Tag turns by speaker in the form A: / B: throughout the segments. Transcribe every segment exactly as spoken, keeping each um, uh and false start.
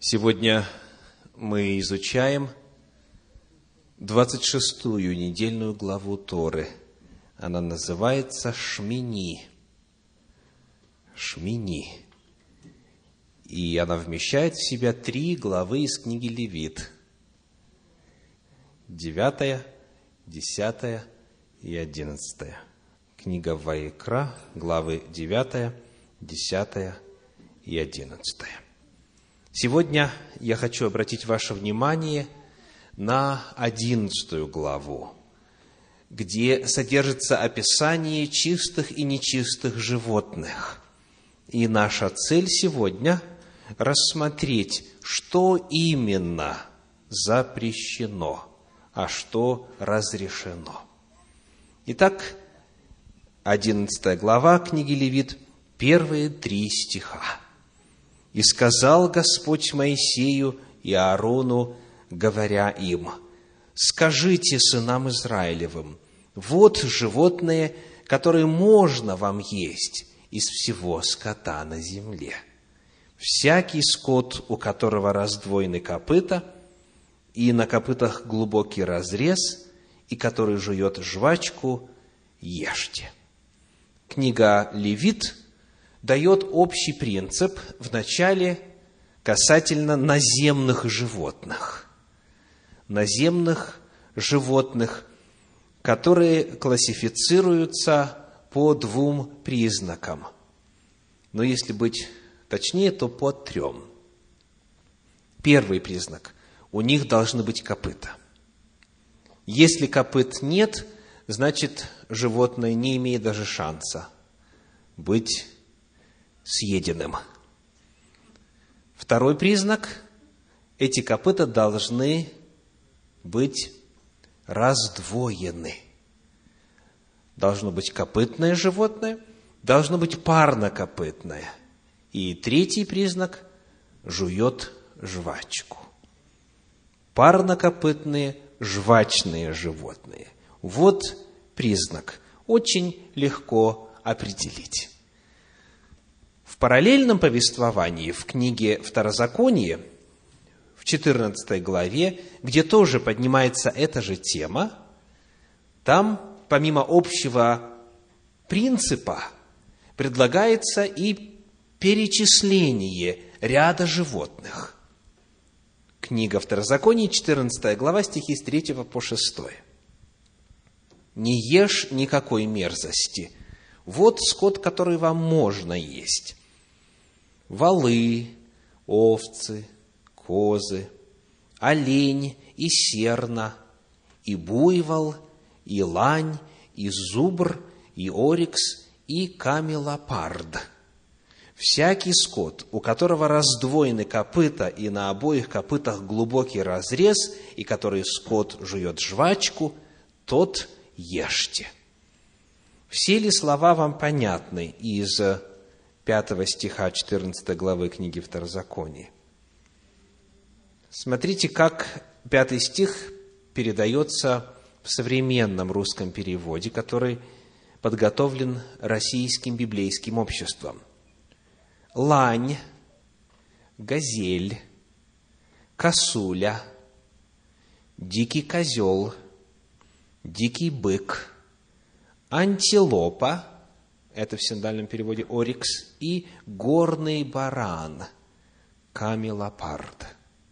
A: Сегодня мы изучаем двадцать шестую недельную главу Торы. Она называется Шмини. Шмини. И она вмещает в себя три главы из книги Левит. Девятая, десятая и одиннадцатая. Книга Ваикра, главы девятая, десятая и одиннадцатая. Сегодня я хочу обратить ваше внимание на одиннадцатую главу, где содержится описание чистых и нечистых животных. И наша цель сегодня – рассмотреть, что именно запрещено, а что разрешено. Итак, одиннадцатая глава книги Левит, первые три стиха. «И сказал Господь Моисею и Аарону, говоря им: скажите сынам Израилевым: вот животные, которые можно вам есть из всего скота на земле. Всякий скот, у которого раздвоены копыта, и на копытах глубокий разрез, и который жует жвачку, ешьте». Книга Левит дает общий принцип в начале касательно наземных животных. Наземных животных, которые классифицируются по двум признакам. Но если быть точнее, то по трем. Первый признак – у них должны быть копыта. Если копыт нет, значит, животное не имеет даже шанса быть съеденным. Второй признак – эти копыта должны быть раздвоены. Должно быть копытное животное, должно быть парнокопытное. И третий признак – жует жвачку. Парнокопытные, жвачные животные. Вот признак. Очень легко определить. В параллельном повествовании в книге Второзаконие, в четырнадцатой главе, где тоже поднимается эта же тема, там, помимо общего принципа, предлагается и перечисление ряда животных. Книга Второзаконие, четырнадцатая глава, стихи с третьего по шестой. «Не ешь никакой мерзости. Вот скот, который вам можно есть: волы, овцы, козы, олень и серна, и буйвол, и лань, и зубр, и орикс, и камелопард. Всякий скот, у которого раздвоены копыта, и на обоих копытах глубокий разрез, и который скот жует жвачку, тот ешьте». Все ли слова вам понятны из пятого стиха четырнадцатой главы книги Второзакония? Смотрите, как пятый стих передается в современном русском переводе, который подготовлен Российским библейским обществом. Лань, газель, косуля, дикий козел, дикий бык, антилопа, это в синодальном переводе орикс, и горный баран, камелопард.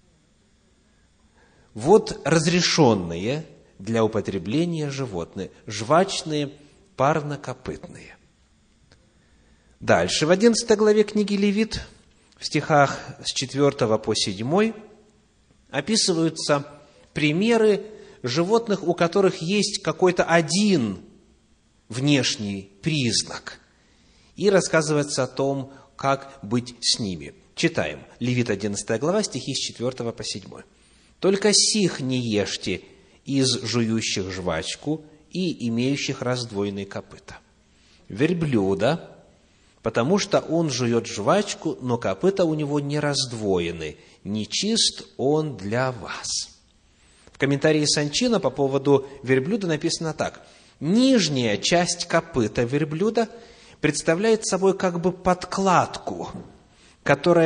A: Вот разрешенные для употребления животные, жвачные, парнокопытные. Дальше, в одиннадцатой главе книги Левит, в стихах с четвёртого по седьмой, описываются примеры животных, у которых есть какой-то один внешний признак. И рассказывается о том, как быть с ними. Читаем. Левит, одиннадцатая глава, стихи с четвёртого по седьмой. «Только сих не ешьте из жующих жвачку и имеющих раздвоенные копыта: верблюда, потому что он жует жвачку, но копыта у него не раздвоены, нечист он для вас». В комментарии Санчина по поводу верблюда написано так: нижняя часть копыта верблюда представляет собой как бы подкладку, которая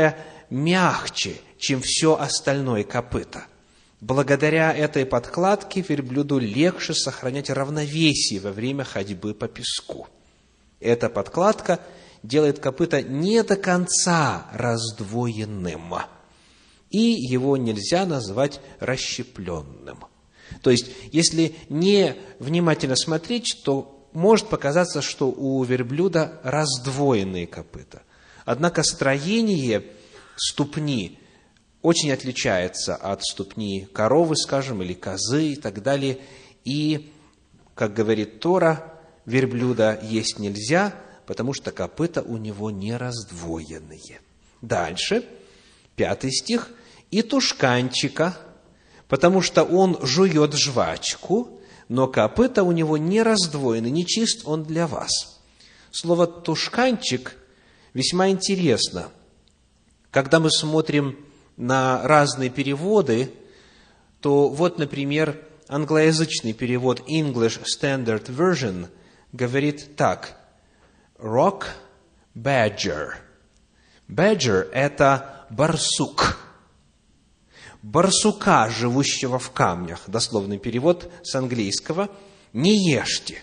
A: мягче, чем все остальное копыто. Благодаря этой подкладке верблюду легче сохранять равновесие во время ходьбы по песку. Эта подкладка делает копыто не до конца раздвоенным, и его нельзя назвать расщепленным. То есть, если не внимательно смотреть, то может показаться, что у верблюда раздвоенные копыта. Однако строение ступни очень отличается от ступни коровы, скажем, или козы и так далее. И, как говорит Тора, верблюда есть нельзя, потому что копыта у него не раздвоенные. Дальше, пятый стих. «И тушканчика, потому что он жует жвачку, но копыта у него не раздвоены, не чист он для вас». Слово «тушканчик» весьма интересно. Когда мы смотрим на разные переводы, то вот, например, англоязычный перевод English Standard Version говорит так: rock badger. Badger – это барсук. Барсука, живущего в камнях. Дословный перевод с английского. Не ешьте.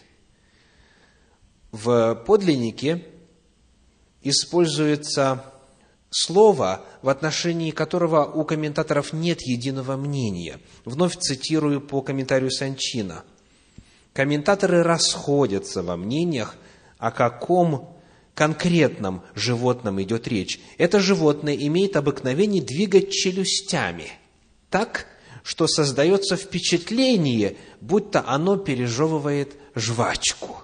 A: В подлиннике используется слово, в отношении которого у комментаторов нет единого мнения. Вновь цитирую по комментарию Санчина. Комментаторы расходятся во мнениях, о каком конкретном животном идет речь. Это животное имеет обыкновение двигать челюстями так, что создается впечатление, будто оно пережевывает жвачку.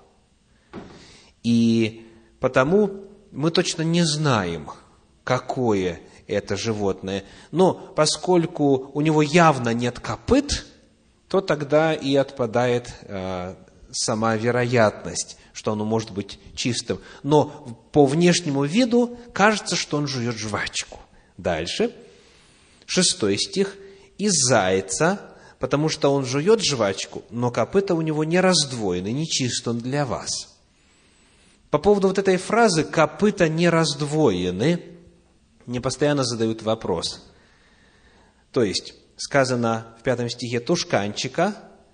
A: И потому мы точно не знаем, какое это животное. Но поскольку у него явно нет копыт, то тогда и отпадает э, сама вероятность, что оно может быть чистым. Но по внешнему виду кажется, что он жует жвачку. Дальше, шестой стих. «И зайца, потому что он жует жвачку, но копыта у него не раздвоены, не чист он для вас». По поводу вот этой фразы «копыта не раздвоены» мне постоянно задают вопрос. То есть, сказано в пятом стихе «тушканчика»,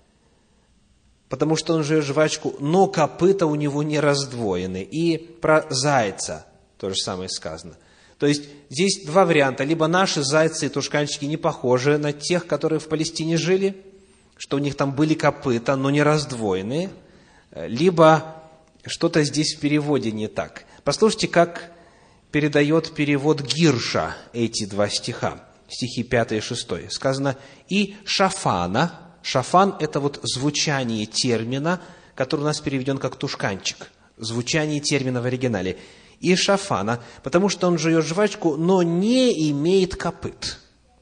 A: потому что он жует жвачку, но копыта у него не раздвоены. И про зайца то же самое сказано. То есть, здесь два варианта. Либо наши зайцы и тушканчики не похожи на тех, которые в Палестине жили, что у них там были копыта, но не раздвоенные. Либо что-то здесь в переводе не так. Послушайте, как передает перевод Гирша эти два стиха. Стихи пятый и шестой. Сказано «и шафана». Шафан – это вот звучание термина, который у нас переведен как тушканчик. Звучание термина в оригинале. «И шафана», потому что он жует жвачку, но не имеет копыт.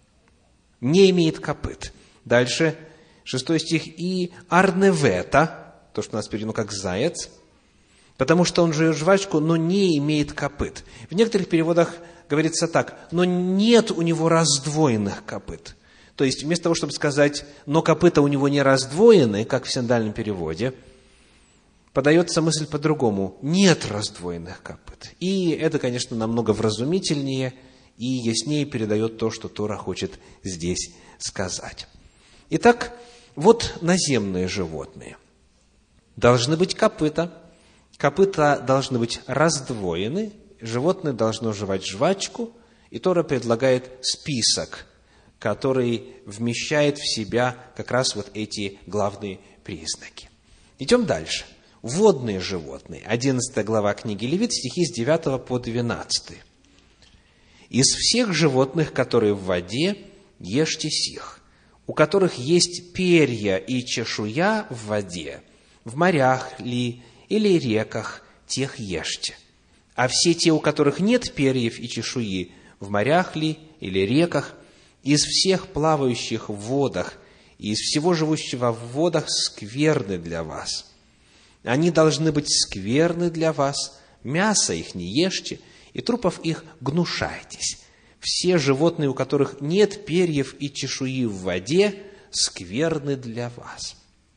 A: Не имеет копыт. Дальше, шестой стих. «И арневета», то, что у нас переведено как «заяц», потому что он жует жвачку, но не имеет копыт. В некоторых переводах говорится так: но нет у него раздвоенных копыт. То есть, вместо того, чтобы сказать, но копыта у него не раздвоены, как в синодальном переводе, подается мысль по-другому. Нет раздвоенных копыт. И это, конечно, намного вразумительнее и яснее передает то, что Тора хочет здесь сказать. Итак, вот наземные животные. Должны быть копыта. Копыта должны быть раздвоены. Животное должно жевать жвачку. И Тора предлагает список, который вмещает в себя как раз вот эти главные признаки. Идем дальше. Водные животные. одиннадцатая глава книги Левит, стихи с девятого по двенадцатый. «Из всех животных, которые в воде, ешьте сих, у которых есть перья и чешуя в воде, в морях ли или реках, тех ешьте. А все те, у которых нет перьев и чешуи, в морях ли или реках, из всех плавающих в водах и из всего живущего в водах скверны для вас. Они должны быть скверны для вас, мясо их не ешьте, и трупов их гнушайтесь. Все животные, у которых нет перьев и чешуи в воде, скверны для вас».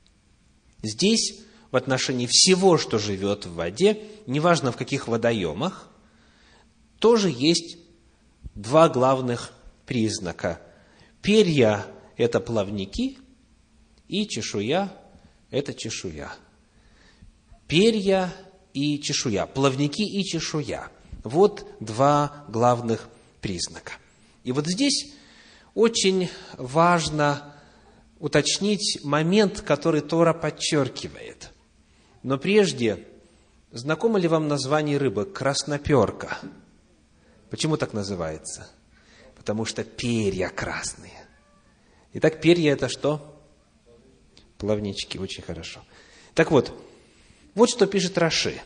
A: Здесь, в отношении всего, что живет в воде, неважно в каких водоемах, тоже есть два главных признака. Перья – это плавники, и чешуя – это чешуя. Перья и чешуя, плавники и чешуя. Вот два главных признака. И вот здесь очень важно уточнить момент, который Тора подчеркивает. Но прежде, знакомо ли вам название рыбы красноперка? Почему так называется? Потому что перья красные. Итак, перья – это что? Плавнички, очень хорошо. Так вот, вот что пишет Раши.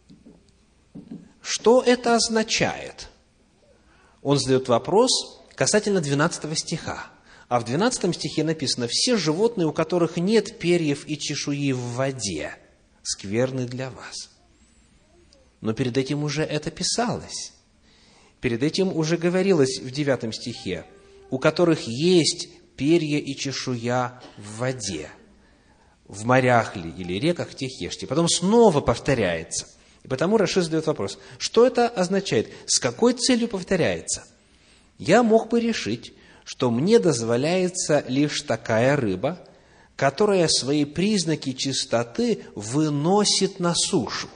A: Что это означает? Он задает вопрос касательно двенадцатого стиха. А в двенадцатом стихе написано: «Все животные, у которых нет перьев и чешуи в воде, скверны для вас». Но перед этим уже это писалось. Перед этим уже говорилось в девятом стихе: «У которых есть перья и чешуя в воде, в морях ли или реках тех ешьте». Потом снова повторяется. И потому Раши задает вопрос: что это означает? С какой целью повторяется? Я мог бы решить, что мне дозволяется лишь такая рыба, которая свои признаки чистоты выносит на сушу.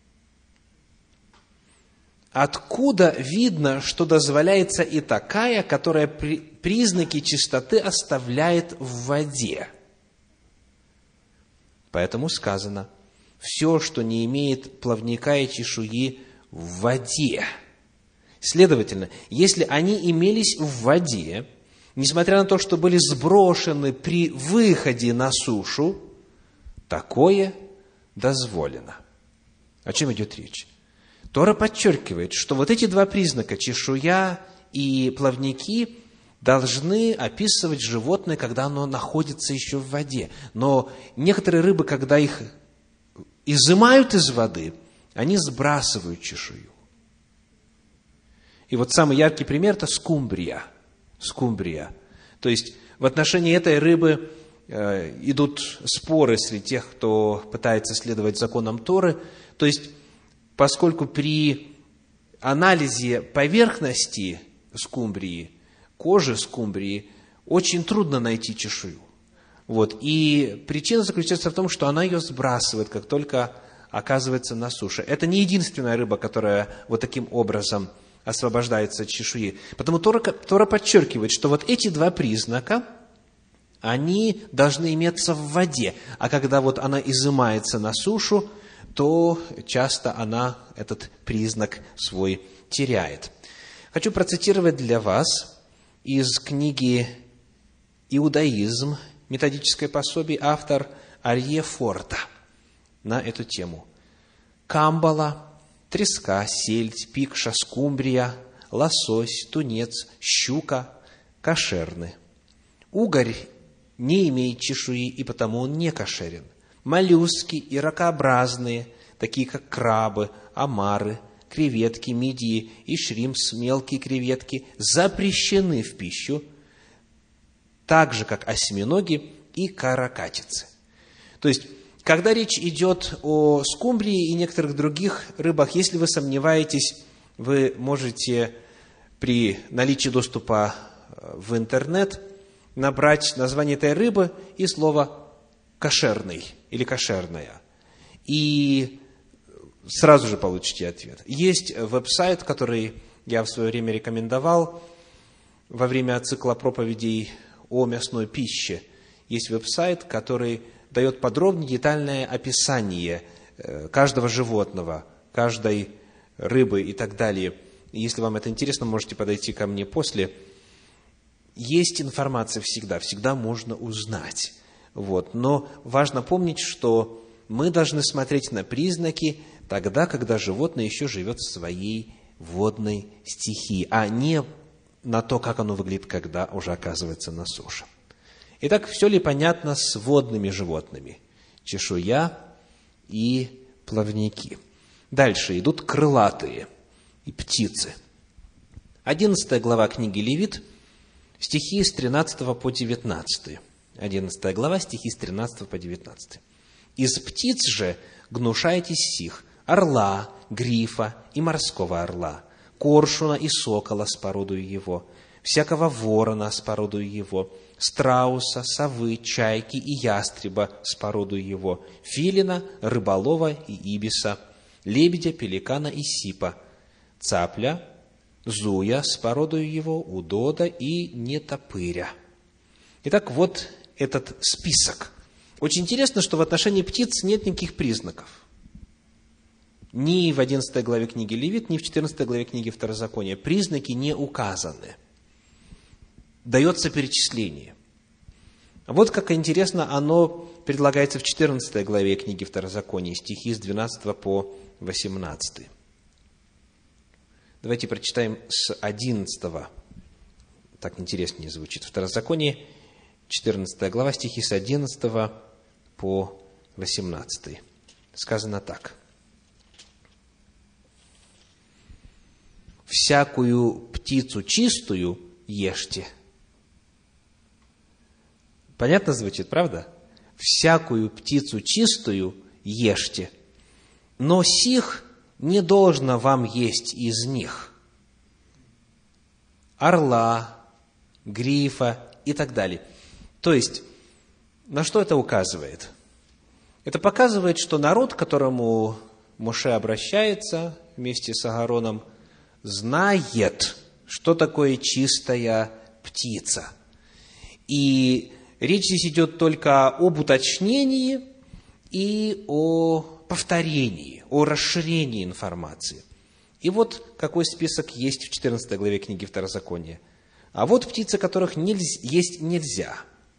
A: Откуда видно, что дозволяется и такая, которая при, признаки чистоты оставляет в воде? Поэтому сказано: все, что не имеет плавника и чешуи в воде. Следовательно, если они имелись в воде, несмотря на то, что были сброшены при выходе на сушу, такое дозволено. О чем идет речь? Тора подчеркивает, что вот эти два признака, чешуя и плавники, должны описывать животное, когда оно находится еще в воде. Но некоторые рыбы, когда их изымают из воды, они сбрасывают чешую. И вот самый яркий пример – это скумбрия. Скумбрия. То есть в отношении этой рыбы э, идут споры среди тех, кто пытается следовать законам Торы. То есть, поскольку при анализе поверхности скумбрии, кожи скумбрии, очень трудно найти чешую. Вот. И причина заключается в том, что она ее сбрасывает, как только оказывается на суше. Это не единственная рыба, которая вот таким образом освобождается от чешуи. Потому Тора, Тора подчеркивает, что вот эти два признака, они должны иметься в воде. А когда вот она изымается на сушу, то часто она этот признак свой теряет. Хочу процитировать для вас из книги «Иудаизм. Методическое пособие», автор Арье Форта на эту тему. Камбала, треска, сельдь, пикша, скумбрия, лосось, тунец, щука кошерны. Угорь не имеет чешуи, и потому он не кошерен. Моллюски и ракообразные, такие как крабы, омары, креветки, мидии и шримпс, мелкие креветки, запрещены в пищу, так же, как осьминоги и каракатицы. То есть, когда речь идет о скумбрии и некоторых других рыбах, если вы сомневаетесь, вы можете при наличии доступа в интернет набрать название этой рыбы и слово «кошерный» или «кошерная». И сразу же получите ответ. Есть веб-сайт, который я в свое время рекомендовал во время цикла проповедей о мясной пище. Есть веб-сайт, который дает подробное, детальное описание каждого животного, каждой рыбы и так далее. Если вам это интересно, можете подойти ко мне после. Есть информация всегда, всегда можно узнать. Вот. Но важно помнить, что мы должны смотреть на признаки тогда, когда животное еще живет в своей водной стихии, а не на то, как оно выглядит, когда уже оказывается на суше. Итак, все ли понятно с водными животными? Чешуя и плавники. Дальше идут крылатые и птицы. Одиннадцатая глава книги Левит, стихи с тринадцатого по девятнадцатый. Одиннадцатая глава, стихи с тринадцатого по девятнадцатый. «Из птиц же гнушайтесь сих: орла, грифа и морского орла, коршуна и сокола с породою его, всякого ворона с породою его, страуса, совы, чайки и ястреба с породою его, филина, рыболова и ибиса, лебедя, пеликана и сипа, цапля, зуя с породою его, удода и нетопыря». Итак, вот этот список. Очень интересно, что в отношении птиц нет никаких признаков. Ни в одиннадцатой главе книги Левит, ни в четырнадцатой главе книги Второзакония. Признаки не указаны. Дается перечисление. Вот как интересно оно предлагается в четырнадцатой главе книги Второзакония, стихи с двенадцатого по восемнадцатый. Давайте прочитаем с одиннадцатого. Так интереснее звучит. Второзаконие, четырнадцатая глава, стихи с одиннадцатого по восемнадцатый. Сказано так. «Всякую птицу чистую ешьте». Понятно звучит, правда? «Всякую птицу чистую ешьте, но сих не должно вам есть из них: орла, грифа и так далее». То есть, на что это указывает? Это показывает, что народ, к которому Моше обращается вместе с Аароном, знает, что такое чистая птица. И речь здесь идет только об уточнении и о повторении, о расширении информации. И вот какой список есть в четырнадцатой главе книги Второзакония. А вот птицы, которых нельзя, есть нельзя.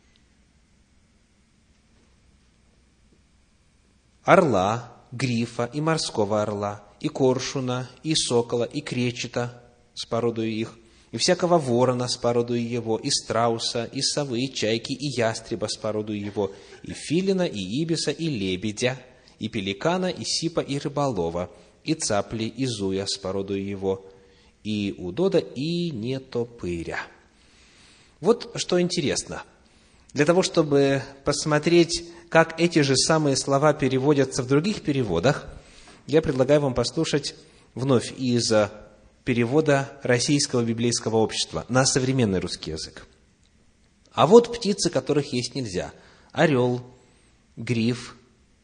A: Орла, грифа и морского орла, и коршуна, и сокола, и кречета с породою их, и всякого ворона с породою его, и страуса, и совы, и чайки, и ястреба с породою его, и филина, и ибиса, и лебедя, и пеликана, и сипа, и рыболова, и цапли, и зуя с породою его, и удода, и нетопыря». Вот что интересно. Для того, чтобы посмотреть, как эти же самые слова переводятся в других переводах, я предлагаю вам послушать вновь из перевода Российского библейского общества на современный русский язык. «А вот птицы, которых есть нельзя: орел, гриф,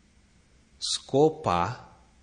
A: скопа,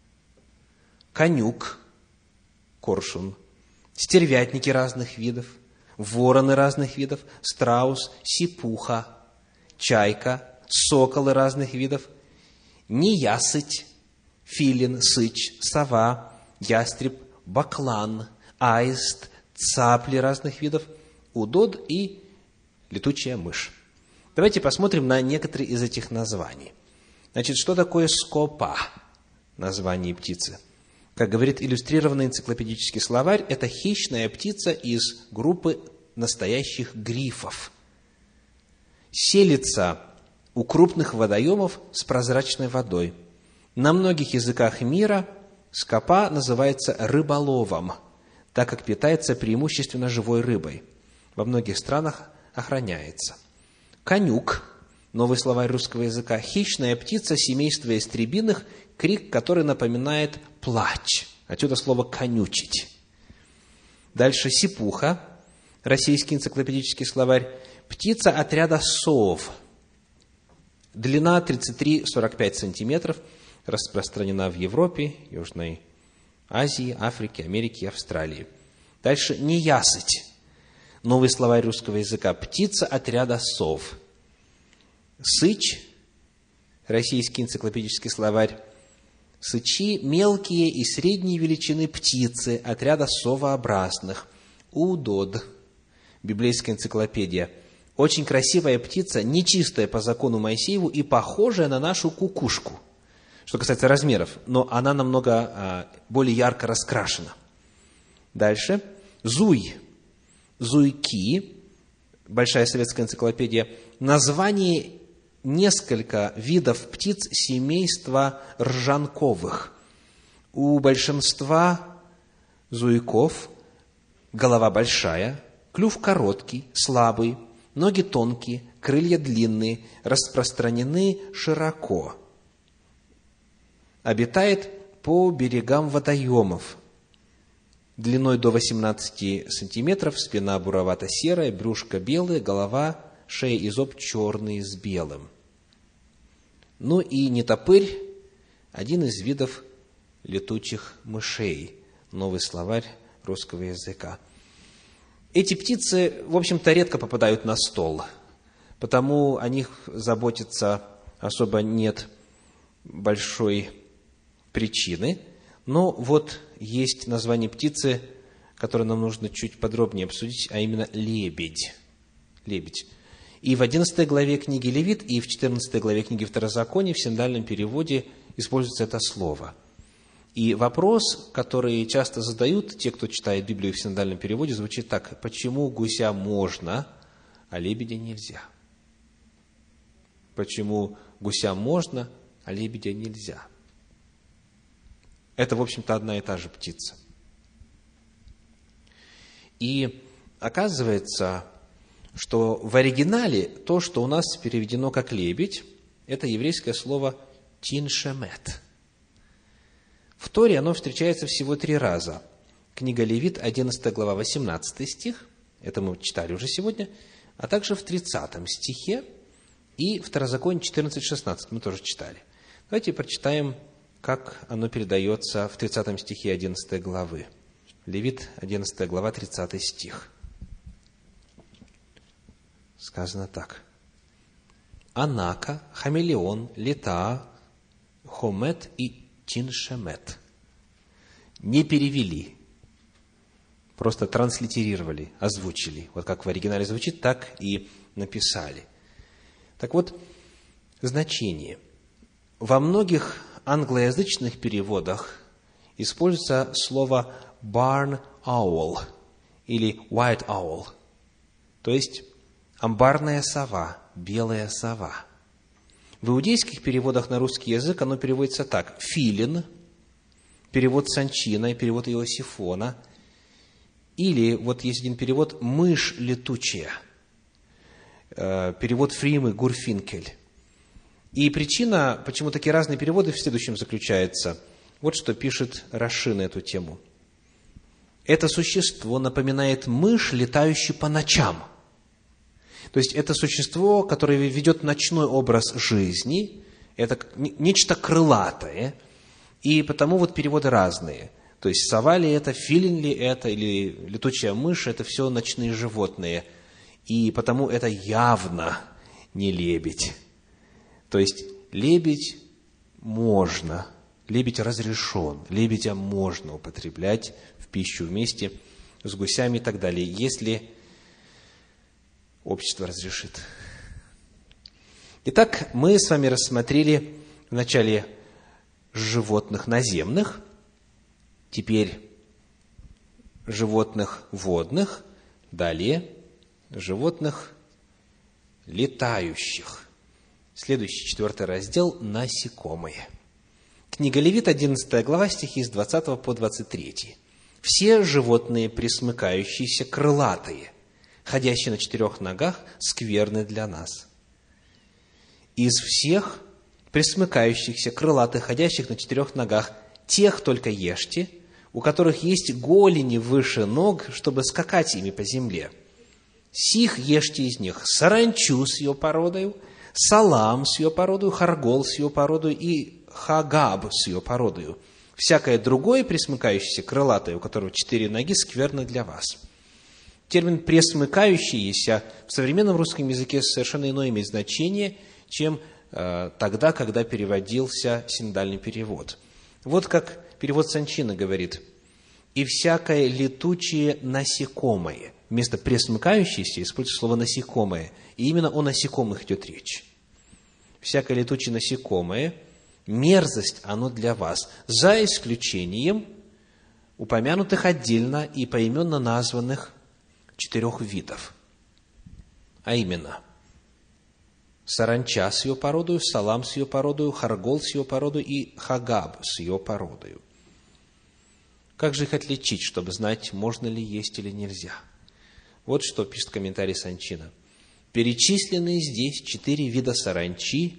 A: конюк, коршун, стервятники разных видов, вороны разных видов, страус, сипуха, чайка, соколы разных видов, неясыть, филин, сыч, сова, ястреб, баклан, аист, цапли разных видов, удод и летучая мышь». Давайте посмотрим на некоторые из этих названий. Значит, что такое скопа? Название птицы. Как говорит иллюстрированный энциклопедический словарь, это хищная птица из группы настоящих грифов. Селится у крупных водоемов с прозрачной водой. На многих языках мира скопа называется рыболовом, так как питается преимущественно живой рыбой. Во многих странах охраняется. Конюк, новый словарь русского языка, хищная птица семейства истребиных, крик которой напоминает плач. Отсюда слово «конючить». Дальше сипуха, российский энциклопедический словарь, птица отряда сов. Длина тридцать три - сорок пять сантиметров, распространена в Европе, Южной Азии, Африке, Америке и Австралии. Дальше неясыть. Новый словарь русского языка. Птица отряда сов. Сыч, российский энциклопедический словарь. Сычи – мелкие и средней величины птицы отряда совообразных. Удод, библейская энциклопедия. Очень красивая птица, нечистая по закону Моисееву и похожая на нашу кукушку. Что касается размеров, но она намного а, более ярко раскрашена. Дальше. Зуй. Зуйки, большая советская энциклопедия. Название несколько видов птиц семейства ржанковых. У большинства зуйков голова большая, клюв короткий, слабый, ноги тонкие, крылья длинные, распространены широко. Обитает по берегам водоемов. длиной до восемнадцати сантиметров, спина буровато-серая, брюшко белое, голова, шея и зоб черные с белым. Ну и нетопырь – один из видов летучих мышей. Новый словарь русского языка. Эти птицы, в общем-то, редко попадают на стол, потому о них заботиться особо нет большой причины. Но вот есть название птицы, которое нам нужно чуть подробнее обсудить, а именно лебедь. Лебедь. И в одиннадцатой главе книги Левит, и в четырнадцатой главе книги Второзакония в синодальном переводе используется это слово. И вопрос, который часто задают те, кто читает Библию в синодальном переводе, звучит так: почему гуся можно, а лебедя нельзя? Почему гуся можно, а лебедя нельзя? Это, в общем-то, одна и та же птица. И оказывается, что в оригинале то, что у нас переведено как «лебедь», это еврейское слово «тиншемет». В Торе оно встречается всего три раза. Книга Левит, одиннадцатая глава, восемнадцатый стих, это мы читали уже сегодня, а также в тридцатом стихе и Второзаконие четырнадцать шестнадцать мы тоже читали. Давайте прочитаем, как оно передается в тридцатом стихе одиннадцатой главы. Левит, одиннадцатая глава, тридцатый стих. Сказано так. Анака, хамелеон, летаа, хомет и тиншемет. Не перевели, просто транслитерировали, озвучили. Вот как в оригинале звучит, так и написали. Так вот, значение. Во многих англоязычных переводах используется слово barn owl или white owl, то есть амбарная сова, белая сова. В иудейских переводах на русский язык оно переводится так: филин, перевод Санчина и перевод Иосифона, или вот есть один перевод мышь летучая, перевод Фримы Гурфинкель. И причина, почему такие разные переводы, в следующем заключается. Вот что пишет Раши на эту тему. Это существо напоминает мышь, летающую по ночам. То есть это существо, которое ведет ночной образ жизни, это нечто крылатое, и потому вот переводы разные. То есть сова ли это, филин ли это, или летучая мышь, это все ночные животные. И потому это явно не лебедь. То есть лебедь можно, лебедь разрешен, лебедя можно употреблять в пищу вместе с гусями и так далее, если общество разрешит. Итак, мы с вами рассмотрели вначале животных наземных, теперь животных водных, далее животных летающих. Следующий, четвертый раздел – насекомые. Книга Левит, одиннадцатая глава, стихи с двадцатого по двадцать третий. «Все животные, пресмыкающиеся, крылатые, ходящие на четырех ногах, скверны для нас. Из всех пресмыкающихся, крылатых, ходящих на четырех ногах, тех только ешьте, у которых есть голени выше ног, чтобы скакать ими по земле. Сих ешьте из них саранчу с ее породою, салам с ее породою, харгол с ее породою и хагаб с ее породою. Всякое другое пресмыкающееся, крылатое, у которого четыре ноги, скверно для вас». Термин «пресмыкающиеся» в современном русском языке совершенно иное имеет значение, чем э, тогда, когда переводился синодальный перевод. Вот как перевод Санчина говорит: «И всякое летучее насекомое». Вместо «пресмыкающееся» используется слово «насекомое». И именно о насекомых идет речь. «Всякое летучее насекомое, мерзость оно для вас, за исключением упомянутых отдельно и поименно названных четырех видов». А именно, саранча с ее породою, салам с ее породою, харгол с ее породою и хагаб с ее породою. Как же их отличить, чтобы знать, можно ли есть или нельзя? Вот что пишет комментарий Санчина. Перечисленные здесь четыре вида саранчи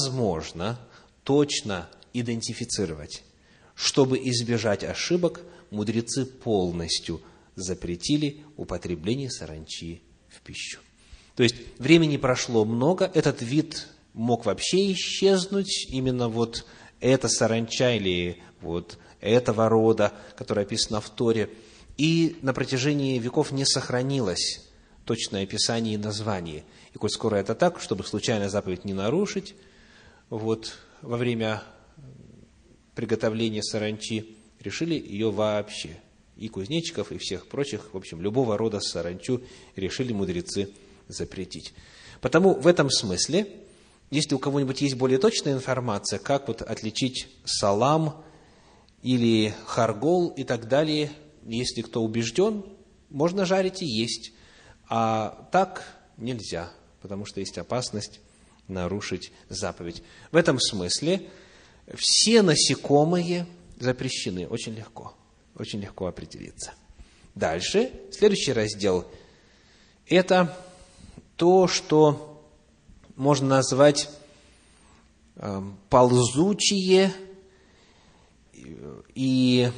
A: невозможно точно идентифицировать. Чтобы избежать ошибок, мудрецы полностью запретили употребление саранчи в пищу. То есть времени прошло много, этот вид мог вообще исчезнуть, именно вот эта саранча или вот этого рода, которая описана в Торе, и на протяжении веков не сохранилось точное описание и название. И коль скоро это так, чтобы случайно заповедь не нарушить, вот во время приготовления саранчи решили ее вообще, и кузнечиков, и всех прочих, в общем, любого рода саранчу решили мудрецы запретить. Потому в этом смысле, если у кого-нибудь есть более точная информация, как вот отличить салам или харгол и так далее, если кто убежден, можно жарить и есть, а так нельзя, потому что есть опасность нарушить заповедь. В этом смысле все насекомые запрещены, очень легко, очень легко определиться. Дальше, следующий раздел, это то, что можно назвать э, ползучие и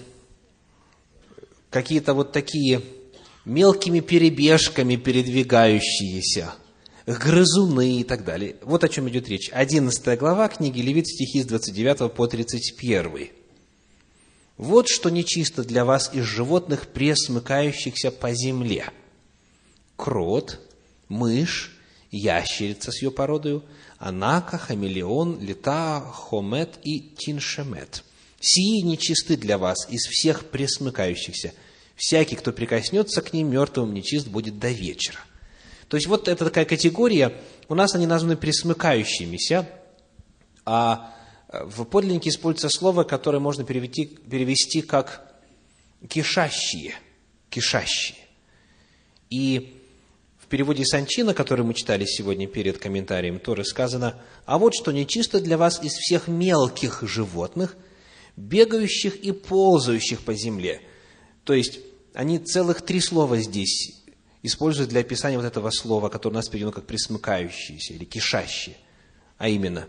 A: какие-то вот такие мелкими перебежками передвигающиеся, грызуны и так далее. Вот о чем идет речь. одиннадцатая глава книги Левит, стихи с двадцать девятого по тридцать первый. «Вот что нечисто для вас из животных, пресмыкающихся по земле: крот, мышь, ящерица с ее породою, анака, хамелеон, лета, хомет и тиншемет. Сии нечисты для вас из всех пресмыкающихся. Всякий, кто прикоснется к ним, мертвым нечист будет до вечера». То есть, вот это такая категория, у нас они названы пресмыкающимися, а в подлиннике используется слово, которое можно перевести, перевести как кишащие, кишащие. И в переводе Санчина, который мы читали сегодня перед комментарием Торы, сказано: «А вот что нечисто для вас из всех мелких животных, бегающих и ползающих по земле». То есть, они целых три слова здесь используют для описания вот этого слова, которое у нас переведено как пресмыкающиеся или кишащие, а именно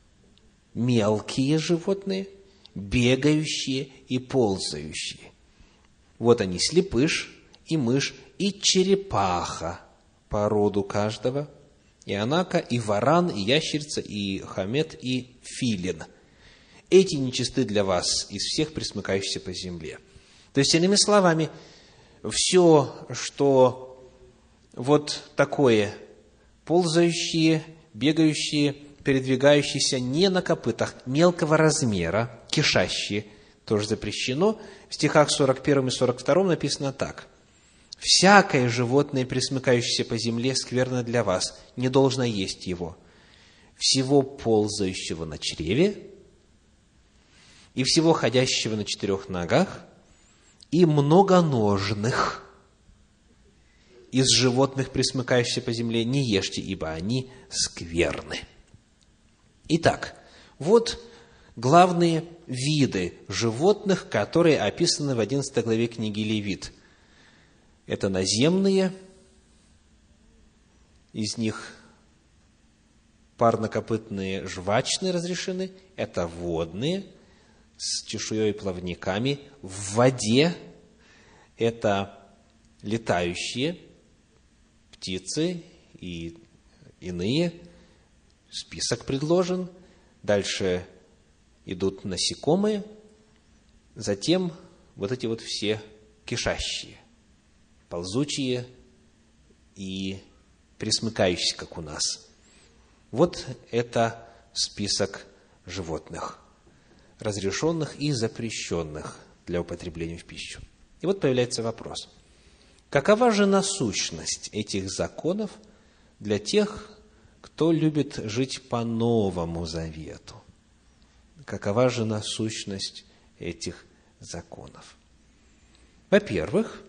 A: мелкие животные, бегающие и ползающие. Вот они, слепыш и мышь, и черепаха по роду каждого, и анака, и варан, и ящерица, и хомет, и филин. Эти нечисты для вас из всех пресмыкающихся по земле. То есть, иными словами, все, что вот такое ползающие, бегающие, передвигающиеся не на копытах, мелкого размера, кишащие, тоже запрещено. В стихах сорок первом и сорок втором написано так: «Всякое животное, пресмыкающееся по земле, скверно для вас, не должно есть его. Всего ползающего на чреве, и всего ходящего на четырех ногах, и многоножных из животных, пресмыкающихся по земле, не ешьте, ибо они скверны». Итак, вот главные виды животных, которые описаны в одиннадцатой главе книги Левит. Это наземные, из них парнокопытные жвачные разрешены, это водные, с чешуей и плавниками, в воде, это летающие птицы и иные. Список предложен. Дальше идут насекомые. Затем вот эти вот все кишащие, ползучие и пресмыкающиеся, как у нас. Вот это список животных, разрешенных и запрещенных для употребления в пищу. И вот появляется вопрос: какова же насущность этих законов для тех, кто любит жить по Новому Завету? Какова же насущность этих законов? Во-первых,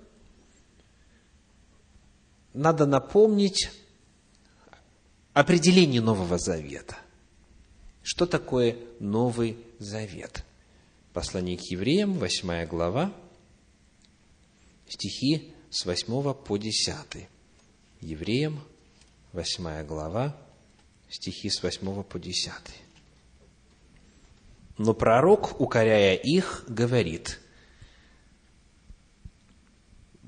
A: надо напомнить определение Нового Завета. Что такое Новый Завет? Послание к евреям, восьмая глава, стихи с восьмого по десятый. Евреям, восьмая глава, стихи с восьмого по десятый. «Но пророк, укоряя их, говорит: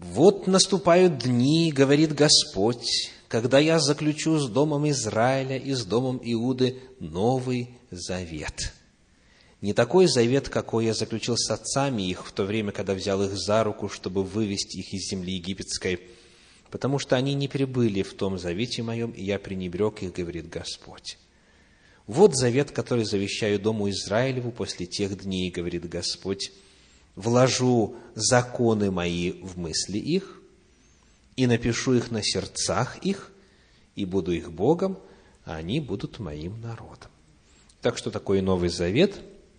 A: «Вот наступают дни, говорит Господь, когда я заключу с домом Израиля и с домом Иуды новый завет. Не такой завет, какой я заключил с отцами их в то время, когда взял их за руку, чтобы вывести их из земли египетской, потому что они не пребыли в том завете моем, и я пренебрег их, говорит Господь. Вот завет, который завещаю дому Израилеву после тех дней, говорит Господь. Вложу законы мои в мысли их, и напишу их на сердцах их, и буду их Богом, а они будут моим народом». Так что такое Новый Завет?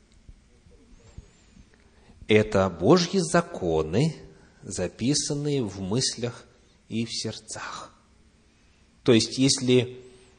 A: Это Божьи законы, записанные в мыслях и в сердцах. То есть, если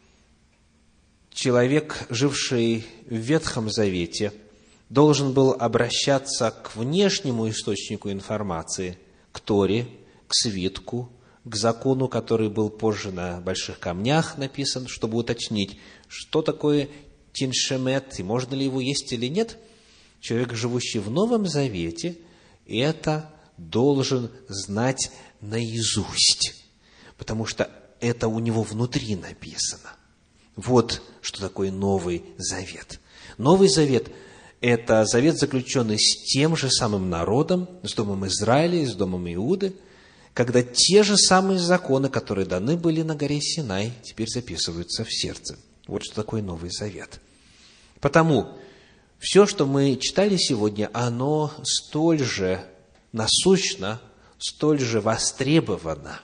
A: человек, живший в Ветхом Завете, должен был обращаться к внешнему источнику информации, к Торе, к свитку, к закону, который был позже на больших камнях написан, чтобы уточнить, что такое тиншемет, и можно ли его есть или нет, человек, живущий в Новом Завете, это должен знать наизусть, потому что это у него внутри написано. Вот что такое Новый Завет. Новый Завет – это завет, заключенный с тем же самым народом, с домом Израиля и с домом Иуды, когда те же самые законы, которые даны были на горе Синай, теперь записываются в сердце. Вот что такое Новый Завет. Потому все, что мы читали сегодня, оно столь же насущно, столь же востребовано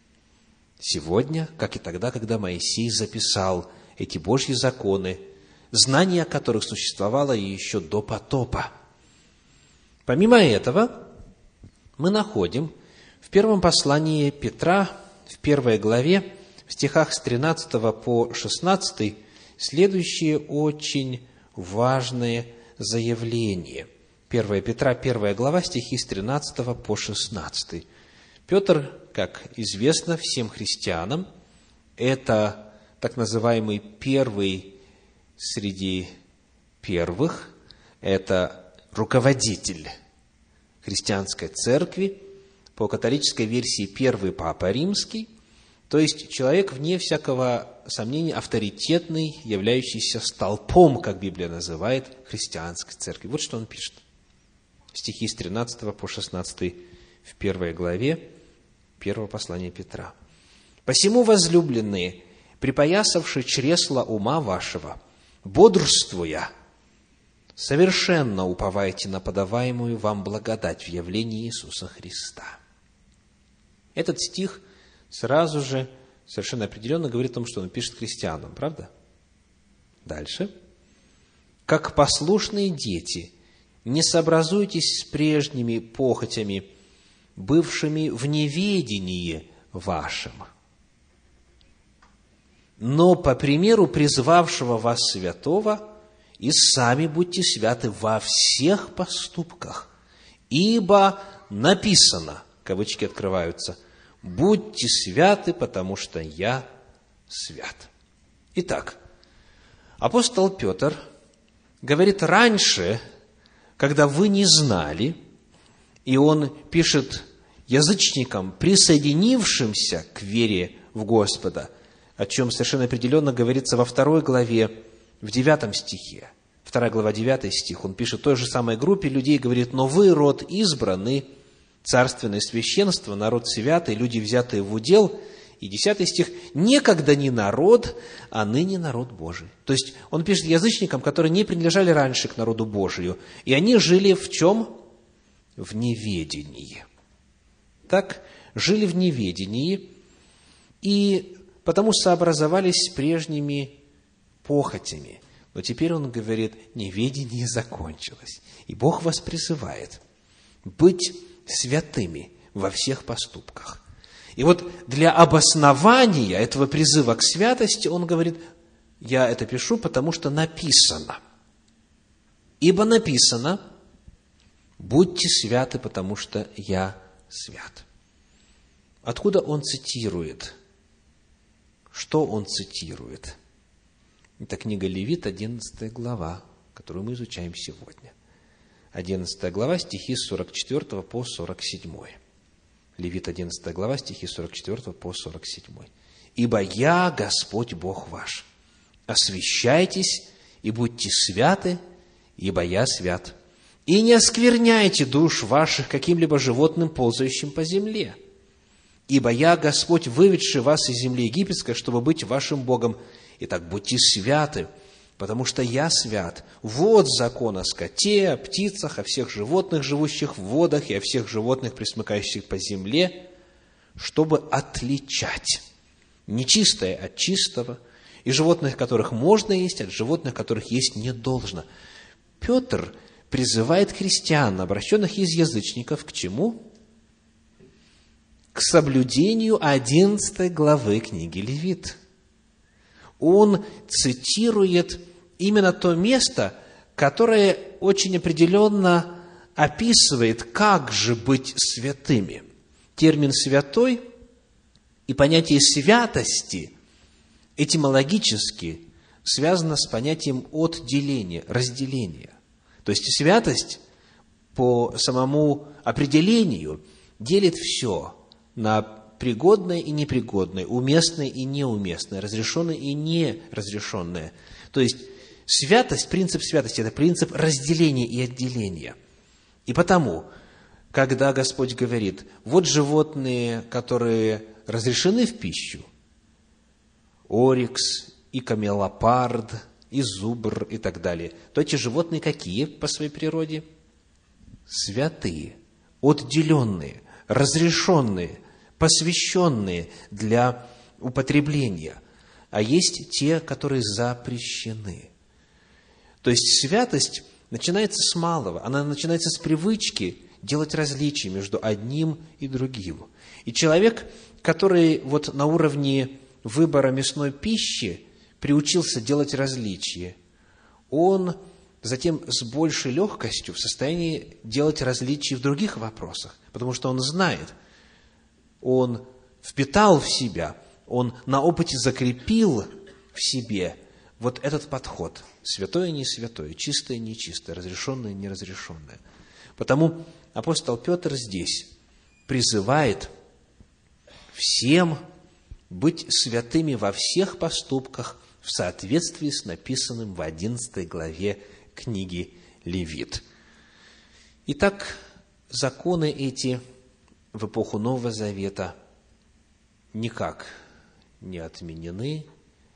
A: сегодня, как и тогда, когда Моисей записал эти Божьи законы, знание о которых существовало еще до потопа. Помимо этого, мы находим в первом послании Петра, в первой главе, в стихах с тринадцатого по шестнадцатый, следующие очень важные заявления. первое Петра, первая глава, стихи с тринадцатого по шестнадцатый. Петр, как известно всем христианам, это так называемый первый среди первых, это руководитель христианской церкви, по католической версии первый папа римский, то есть человек, вне всякого сомнения, авторитетный, являющийся столпом, как Библия называет, христианской церкви. Вот что он пишет. Стихи с тринадцатого по шестнадцатый в первой главе первого послания Петра. «Посему, возлюбленные, припоясавши чресла ума вашего, бодрствуя, совершенно уповайте на подаваемую вам благодать в явлении Иисуса Христа». Этот стих сразу же совершенно определенно говорит о том, что он пишет христианам, правда? Дальше. «Как послушные дети, не сообразуйтесь с прежними похотями, бывшими в неведении вашем, но по примеру призвавшего вас святого, и сами будьте святы во всех поступках, ибо написано», кавычки открываются, «будьте святы, потому что я свят». Итак, апостол Петр говорит раньше, когда вы не знали, и он пишет язычникам, присоединившимся к вере в Господа, о чем совершенно определенно говорится во второй главе, в девятом стихе. Вторая глава, девятый стих. Он пишет той же самой группе людей, говорит: «Но вы, род избранный, царственное священство, народ святый, люди, взятые в удел». И десятый стих: «Некогда не народ, а ныне народ Божий». То есть, он пишет язычникам, которые не принадлежали раньше к народу Божию. И они жили в чем? В неведении. Так, жили в неведении, и потому сообразовались с прежними похотями. Но теперь он говорит, неведение закончилось. И Бог вас призывает быть святыми во всех поступках. И вот для обоснования этого призыва к святости он говорит, я это пишу, потому что написано. Ибо написано, будьте святы, потому что я свят. Откуда он цитирует? Что он цитирует? Это книга Левит, одиннадцатая глава, которую мы изучаем сегодня. одиннадцатая глава, стихи с сорок четвёртого по сорок седьмой. Левит одиннадцатая глава, стихи сорок четвёртого по сорок седьмой. «Ибо я Господь Бог ваш. Освящайтесь и будьте святы, ибо я свят. И не оскверняйте душ ваших каким-либо животным, ползающим по земле. Ибо я Господь, выведший вас из земли египетской, чтобы быть вашим Богом. Итак, будьте святы, потому что я свят. Вот закон о скоте, о птицах, о всех животных, живущих в водах, и о всех животных, пресмыкающих по земле, чтобы отличать нечистое от чистого, и животных, которых можно есть, от животных, которых есть не должно». Петр призывает христиан, обращенных из язычников, к чему? К соблюдению одиннадцатой главы книги Левит. Он цитирует именно то место, которое очень определенно описывает, как же быть святыми. Термин «святой» и понятие святости этимологически связано с понятием отделения, разделения. То есть святость по самому определению делит все на пригодное и непригодное, уместное и неуместное, разрешенное и неразрешенное. То есть святость, принцип святости – это принцип разделения и отделения. И потому, когда Господь говорит, вот животные, которые разрешены в пищу, орикс и камелопард, и зубр, и так далее, то эти животные какие по своей природе? Святые, отделенные, разрешенные, посвященные для употребления. А есть те, которые запрещены. То есть святость начинается с малого, она начинается с привычки делать различия между одним и другим. И человек, который вот на уровне выбора мясной пищи приучился делать различия, он затем с большей легкостью в состоянии делать различия в других вопросах, потому что он знает, он впитал в себя, он на опыте закрепил в себе вот этот подход: святое и не святое, чистое и нечистое, разрешенное и неразрешенное. Потому апостол Петр здесь призывает всем быть святыми во всех поступках в соответствии с написанным в одиннадцатой главе книги Левит. Итак, законы эти в эпоху Нового Завета никак не отменены,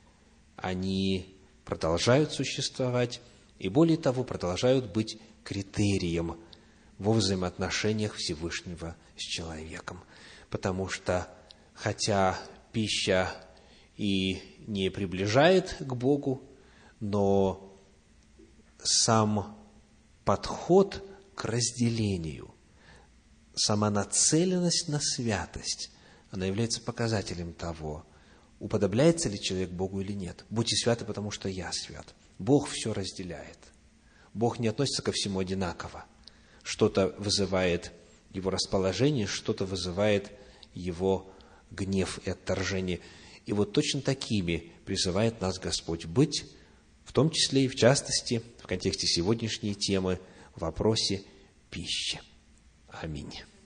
A: они продолжают существовать и, более того, продолжают быть критерием во взаимоотношениях Всевышнего с человеком. Потому что, хотя пища и не приближает к Богу, но сам подход к разделению, сама нацеленность на святость, она является показателем того, уподобляется ли человек Богу или нет. Будьте святы, потому что я свят. Бог все разделяет. Бог не относится ко всему одинаково. Что-то вызывает его расположение, что-то вызывает его гнев и отторжение. И вот точно такими призывает нас Господь быть, в том числе и в частности, в контексте сегодняшней темы, в вопросе пищи. Аминь.